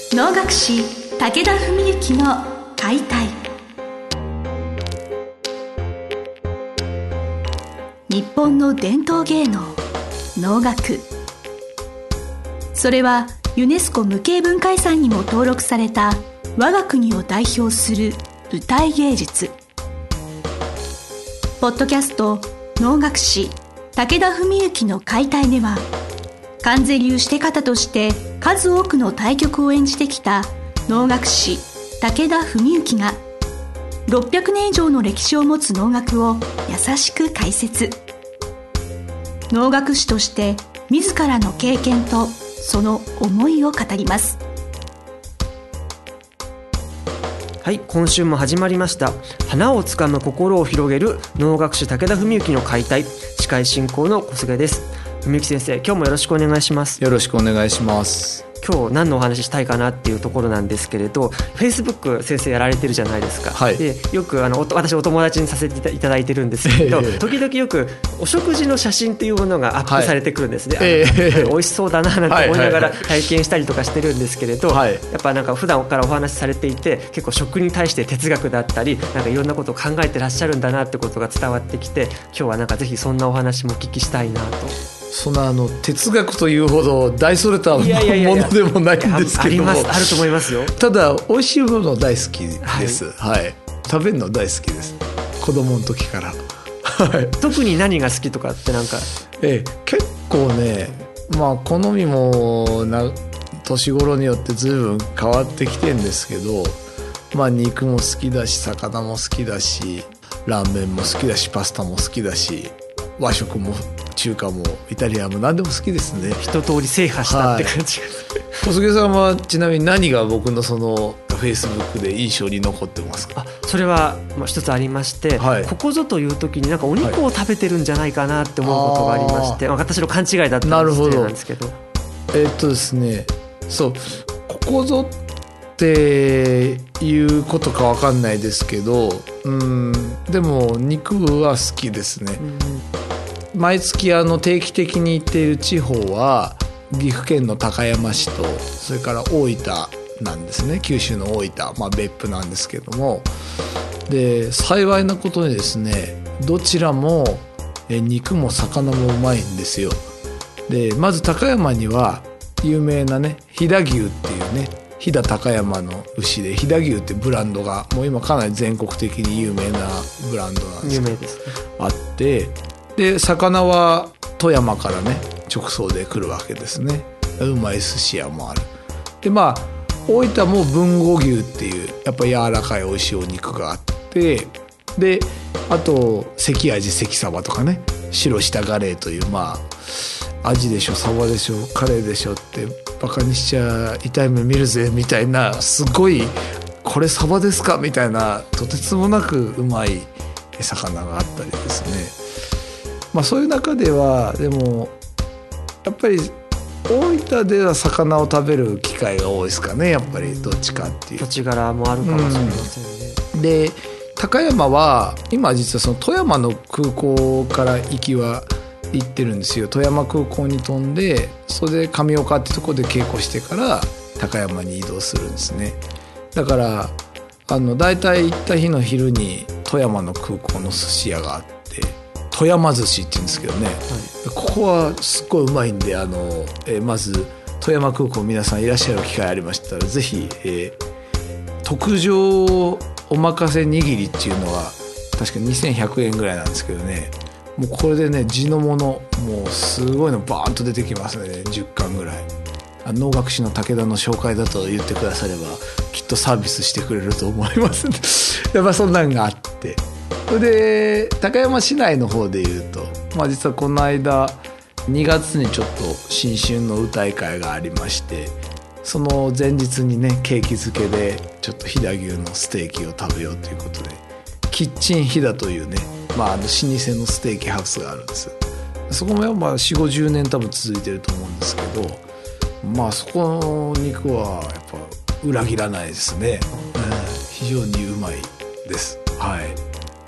能楽師武田文幸の解体。日本の伝統芸能能楽、それはユネスコ無形文化遺産にも登録された我が国を代表する舞台芸術。ポッドキャスト能楽師武田文幸の解体では、観世流して方として数多くの大曲を演じてきた能楽師武田文幸が600年以上の歴史を持つ能楽を優しく解説。能楽師として自らの経験とその思いを語ります。 はい、今週も始まりました。花をつかむ心を広げる能楽師武田文幸の解体。司会進行の小菅です。文幸先生、今日もよろしくお願いします。 よろしくお願いします。 今日何のお話ししたいかなっていうところなんですけれど、 Facebook 先生やられてるじゃないですか、 はい、 でよく私お友達にさせていただいてるんですけど、時々よくお食事の写真っていうものがアップされてくるんですね、美味しそうだななんて思いながら体験したりとかしてるんですけれど、やっぱなんか普段からお話しされていて、結構食に対して哲学だったりなんかいろんなことを考えてらっしゃるんだなってことが伝わってきて、今日はなんかぜひそんなお話もお聞きしたいなと。 そんな哲学というほど大それたものでもないんですけども、 あると思いますよ。 ただ美味しいもの大好きです、食べるの大好きです、子供の時から、 特に何が好きとかってなんか、 結構ね、好みも年頃によって随分変わってきてるんですけど、肉も好きだし、魚も好きだし、ラーメンも好きだし、パスタも好きだし、和食も中華もイタリアンも何でも好きですね。 一通り制覇したって感じが、 小菅さんはちなみに何が僕のそのフェイスブックで印象に残ってますか？ それは一つありまして、ここぞという時になんかお肉を食べてるんじゃないかなって思うことがありまして、私の勘違いだったんですけど、 ですね、そう、ここぞっていうことか分かんないですけど、でも肉は好きですね。毎月定期的に行っている地方は岐阜県の高山市と、それから大分なんですね。九州の大分、別府なんですけども、で幸いなことにですね、どちらも肉も魚もうまいんですよ。でまず高山には有名なね、飛騨牛っていうね、飛騨高山の牛で、飛騨牛ってブランドがもう今かなり全国的に有名なブランドなんですけど、 有名ですね、 あって、で魚は富山からね直送で来るわけですね。うまい寿司屋もある。で大分も豊後牛っていうやっぱ柔らかい美味しいお肉があって、であと関味関サバとかね、白下ガレーという、アジでしょ、サバでしょ、カレーでしょってバカにしちゃ痛い目見るぜみたいな、すごいこれサバですかみたいな、とてつもなくうまい魚があったりですね。そういう中ではでもやっぱり大分では魚を食べる機会が多いですかね、やっぱりどっちかっていう。 土地柄もあるかもしれませんね。 で高山は今実はその富山の空港から行きは行ってるんですよ。富山空港に飛んで、それで上岡ってとこで稽古してから高山に移動するんですね。だからだいたい行った日の昼に富山の空港の寿司屋があって、富山寿司って言うんですけどね、ここはすっごいうまいんで、まず富山空港皆さんいらっしゃる機会ありましたら、ぜひ、特上おまかせ握りっていうのは確か2100円ぐらいなんですけどね、もうこれでね、地のものもうすごいのバーンと出てきますね、10貫ぐらい。能楽師の武田の紹介だと言ってくださればきっとサービスしてくれると思いますねやっぱそんなのがあって、それで高山市内の方でいうと、実はこの間2月にちょっと新春の歌い会がありまして、その前日にね、景気づけでちょっと飛騨牛のステーキを食べようということで、キッチン飛騨というね、老舗のステーキハウスがあるんです。そこもやっぱ 4,50 年多分続いてると思うんですけど、そこの肉はやっぱ裏切らないですね、非常にうまいです。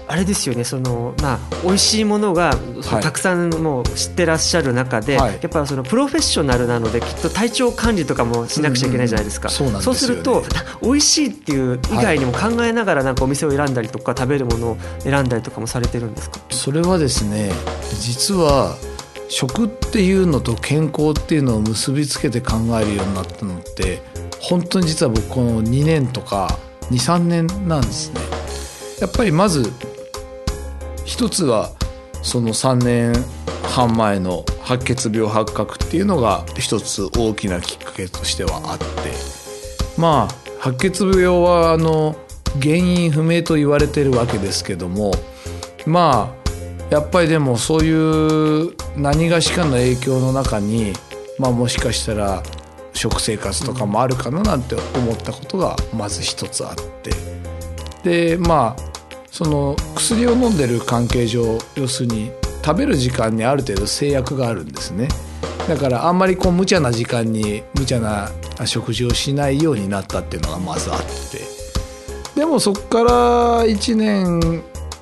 あれですよね、美味しいものがたくさんもう知ってらっしゃる中で、やっぱプロフェッショナルなのできっと体調管理とかもしなくちゃいけないじゃないですか。そうすると美味しいっていう以外にも考えながらなんかお店を選んだりとか食べるものを選んだりとかもされてるんですか？ それはですね、実は食っていうのと健康っていうのを結びつけて考えるようになったのって本当に実は僕この2年とか 2,3 年なんですね。やっぱりまず一つはその3年半前の白血病発覚っていうのが一つ大きなきっかけとしてはあって、白血病は原因不明と言われてるわけですけども、やっぱりでもそういう何がしかの影響の中に、もしかしたら食生活とかもあるかななんて思ったことがまず一つあって、でその薬を飲んでる関係上、要するに食べる時間にある程度制約があるんですね。だからあんまり無茶な時間に無茶な食事をしないようになったっていうのがまずあって、でもそこから1年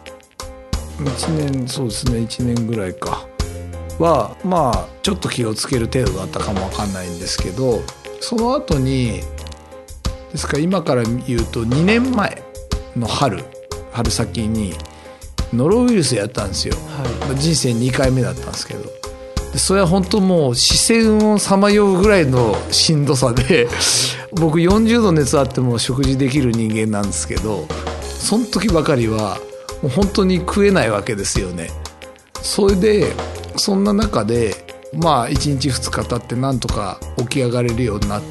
そうですね、1年ぐらいかはちょっと気をつける程度だったかもわかんないんですけど、その後にですから今から言うと2年前の春先にノロウイルスやったんですよ、人生2回目だったんですけど、でそれは本当もう死線をさまようぐらいのしんどさで僕40度熱あっても食事できる人間なんですけど、その時ばかりはもう本当に食えないわけですよね。それでそんな中で1日2日経ってなんとか起き上がれるようになって、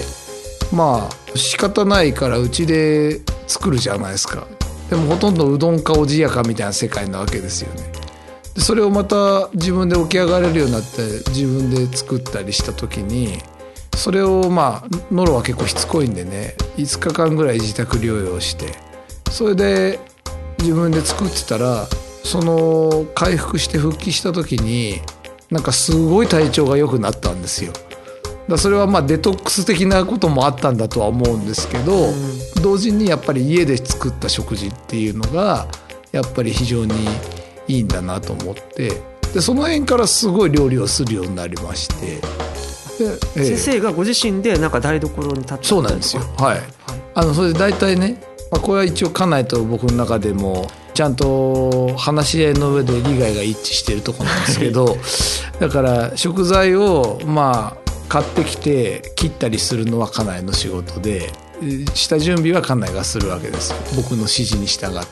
仕方ないからうちで作るじゃないですか。でもほとんどうどんかおじやかみたいな世界なわけですよね。でそれをまた自分で起き上がれるようになって自分で作ったりした時に、それをノロは結構しつこいんでね、5日間ぐらい自宅療養して、それで自分で作ってたら、その回復して復帰した時になんかすごい体調が良くなったんですよ。それはデトックス的なこともあったんだとは思うんですけど、同時にやっぱり家で作った食事っていうのがやっぱり非常にいいんだなと思って、でその辺からすごい料理をするようになりまして、 で先生がご自身でなんか台所に立った。 そうなんですよ、それで大体ね、これは一応家内と僕の中でもちゃんと話し合いの上で利害が一致しているところなんですけどだから食材を買ってきて切ったりするのは家内の仕事で、下準備は家内がするわけですよ、僕の指示に従って、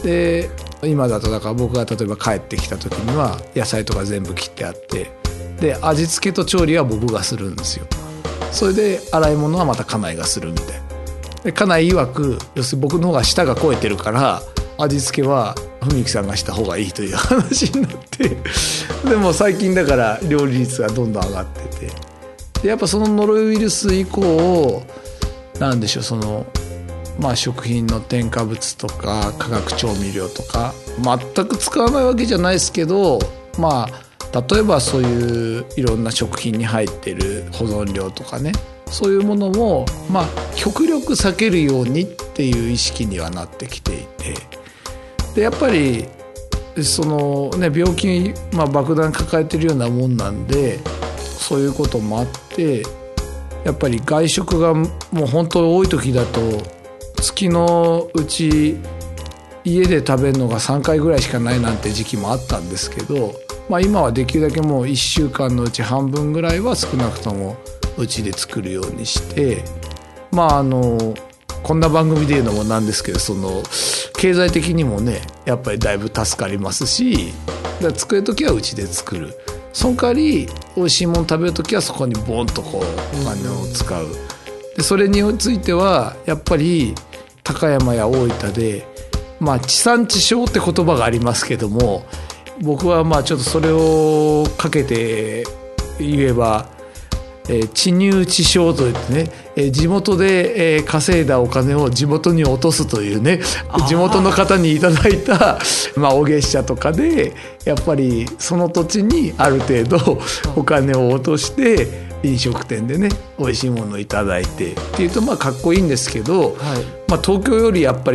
で今だとだから僕が例えば帰ってきた時には野菜とか全部切ってあって、で味付けと調理は僕がするんですよ。それで洗い物はまた家内がするみたいな。で家内曰く、要するに僕の方が舌が肥えてるから味付けは文幸さんがした方がいいという話になってでも最近だから料理率がどんどん上がってて、でやっぱそのノロウイルス以降なんでしょう、その食品の添加物とか化学調味料とか全く使わないわけじゃないですけど、例えばそういういろんな食品に入ってる保存料とかね、そういうものも極力避けるようにっていう意識にはなってきていて、でやっぱりそのね病気爆弾抱えてるようなもんなんで、そういうこともあってやっぱり外食がもう本当多い時だと月のうち家で食べるのが3回ぐらいしかないなんて時期もあったんですけど、今はできるだけもう1週間のうち半分ぐらいは少なくともうちで作るようにして、こんな番組で言うのもなんですけど、その経済的にもねやっぱりだいぶ助かりますし、だから作る時はうちで作る、その代わり美味しいもの食べる時はそこにボンとお金を使う。でそれについてはやっぱり高山や大分で地産地消って言葉がありますけども、僕はちょっとそれをかけて言えば地入地消といってね、地元で稼いだお金を地元に落とすというね、地元の方にいただいたお月謝とかでやっぱりその土地にある程度お金を落として飲食店でね美味しいものをいただいてっていうとかっこいいんですけど、東京よりやっぱり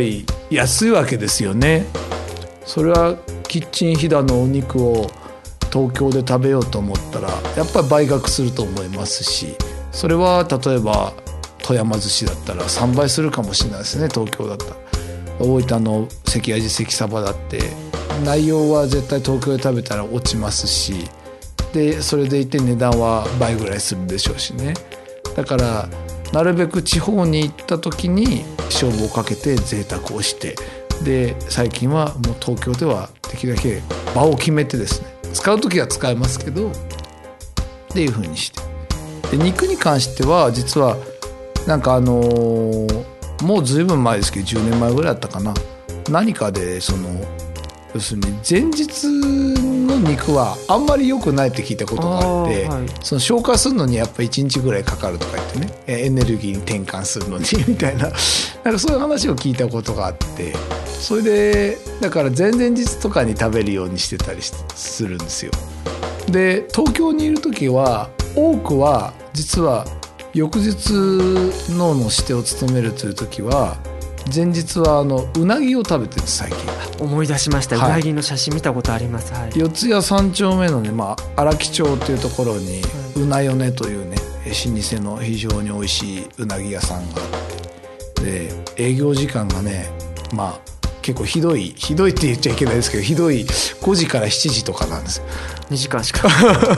安いわけですよね。それはキッチン飛騨のお肉を東京で食べようと思ったらやっぱり倍額すると思いますし、それは例えば富山寿司だったら3倍するかもしれないですね。東京だったら大分の関あじ関サバだって内容は絶対東京で食べたら落ちますし、でそれでいて値段は倍ぐらいするでしょうしね。だからなるべく地方に行った時に勝負をかけて贅沢をして、で最近はもう東京ではできるだけ場を決めてですね、使う時は使えますけどっていう風にして、で肉に関しては実はなんかもうずいぶん前ですけど10年前ぐらいだったかな、何かで要するに前日の肉はあんまり良くないって聞いたことがあって、はい、その消化するのにやっぱ1日ぐらいかかるとか言ってね、エネルギーに転換するのにみたいな、なんかそういう話を聞いたことがあって、それでだから前々日とかに食べるようにしてたりするんですよ。で東京にいる時は多くは実は翌日脳の指定を務めるという時は前日はうなぎを食べてるんです最近。 思い出しました、はい、うなぎの写真見たことあります、はい、 四谷三丁目のね、荒木町というところに、うなよねというね老舗の非常に美味しいうなぎ屋さんがあって、で営業時間がね結構ひどいって言っちゃいけないですけど、ひどい5時から7時とかなんですよ。 2時間しかで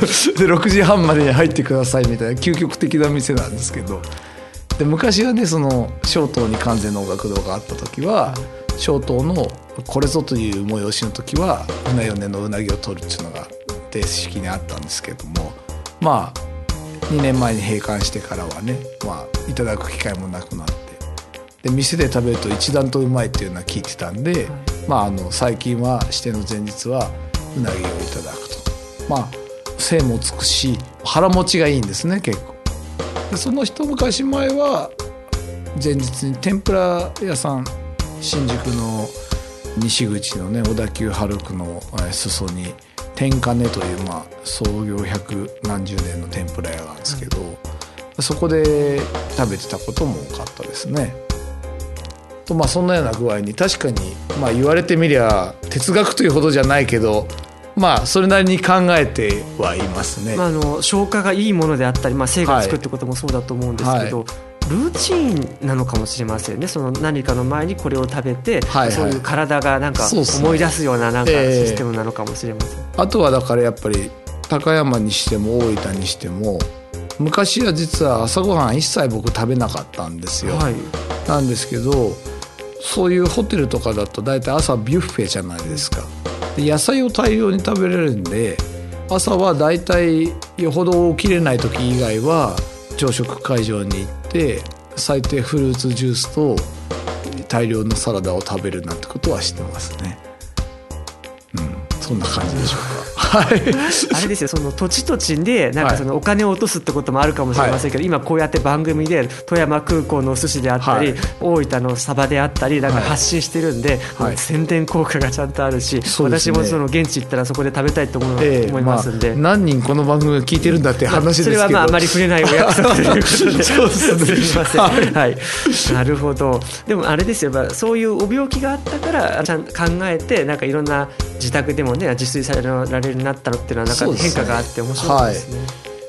6時半までに入ってくださいみたいな究極的な店なんですけど、で昔はねその小東に完全能楽堂があった時は、小東のこれぞという催しの時はうなよねのうなぎを取るっていうのが定式にあったんですけども、2年前に閉館してからはね、いただく機会もなくなって、で店で食べると一段とうまいっていうのは聞いてたんで、最近は指定の前日はうなぎをいただくと、精もつくし腹持ちがいいんですね結構。でその一昔前は前日に天ぷら屋さん、新宿の西口のね小田急春区の裾に天かねという創業百何十年の天ぷら屋があるんですけど、そこで食べてたことも多かったですね。とそんなような具合に確かに言われてみりゃ哲学というほどじゃないけどそれなりに考えてはいますね。 消化がいいものであったり、精がつくってこともそうだと思うんですけど、ルーチンなのかもしれませんね。その何かの前にこれを食べて、そういう体がなんか思い出すようななんかシステムなのかもしれません。 あとはだからやっぱり高山にしても大分にしても昔は実は朝ごはん一切僕食べなかったんですよ、なんですけどそういうホテルとかだと大体朝ビュッフェじゃないですか。で野菜を大量に食べれるんで朝は大体よほど起きれない時以外は朝食会場に行って最低フルーツジュースと大量のサラダを食べるなんてことはしてますね。そんな感じでしょうか。あれですよ、その土地土地でなんかそのお金を落とすってこともあるかもしれませんけど、今こうやって番組で富山空港のお寿司であったり、大分のサバであったりなんか発信してるんで、宣伝効果がちゃんとあるし、私もその現地行ったらそこで食べたいと思いますんで、 何人この番組を聞いてるんだって話ですけど、 それはあまり触れないお約束ということでそうですね、すみません、なるほど。でもあれですよ、そういうお病気があったからちゃんと考えてなんかいろんな自宅でもね自炊されるようになったのっていうのはなんか変化があって面白いですね。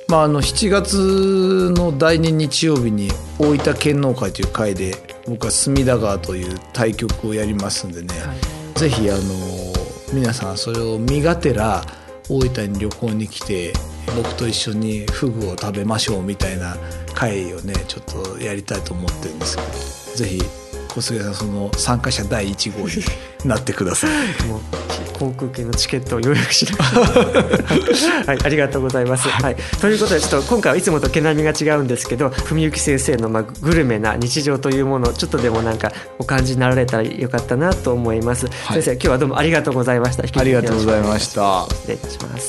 7月の第2日曜日に大分県農会という会で僕は隅田川という対局をやりますんでね、ぜひ皆さんそれを身がてら大分に旅行に来て僕と一緒にフグを食べましょうみたいな会をねちょっとやりたいと思ってるんですけど、ぜひ小菅さんその参加者第1号になってください。 もう航空券のチケットを予約しながらありがとうございます、ということでちょっと今回はいつもと毛並みが違うんですけど、文幸先生のグルメな日常というものをちょっとでもなんかお感じになられたらよかったなと思います、先生今日はどうもありがとうございました。 ありがとうございました。 失礼いたします。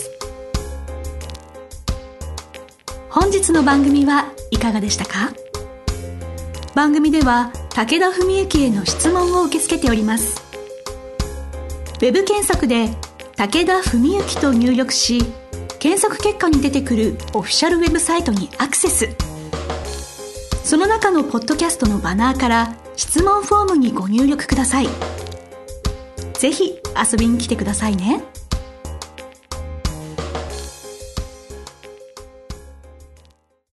本日の番組はいかがでしたか？番組では武田文幸への質問を受け付けております。ウェブ検索で武田文幸と入力し、検索結果に出てくるオフィシャルウェブサイトにアクセス。その中のポッドキャストのバナーから質問フォームにご入力ください。ぜひ遊びに来てくださいね。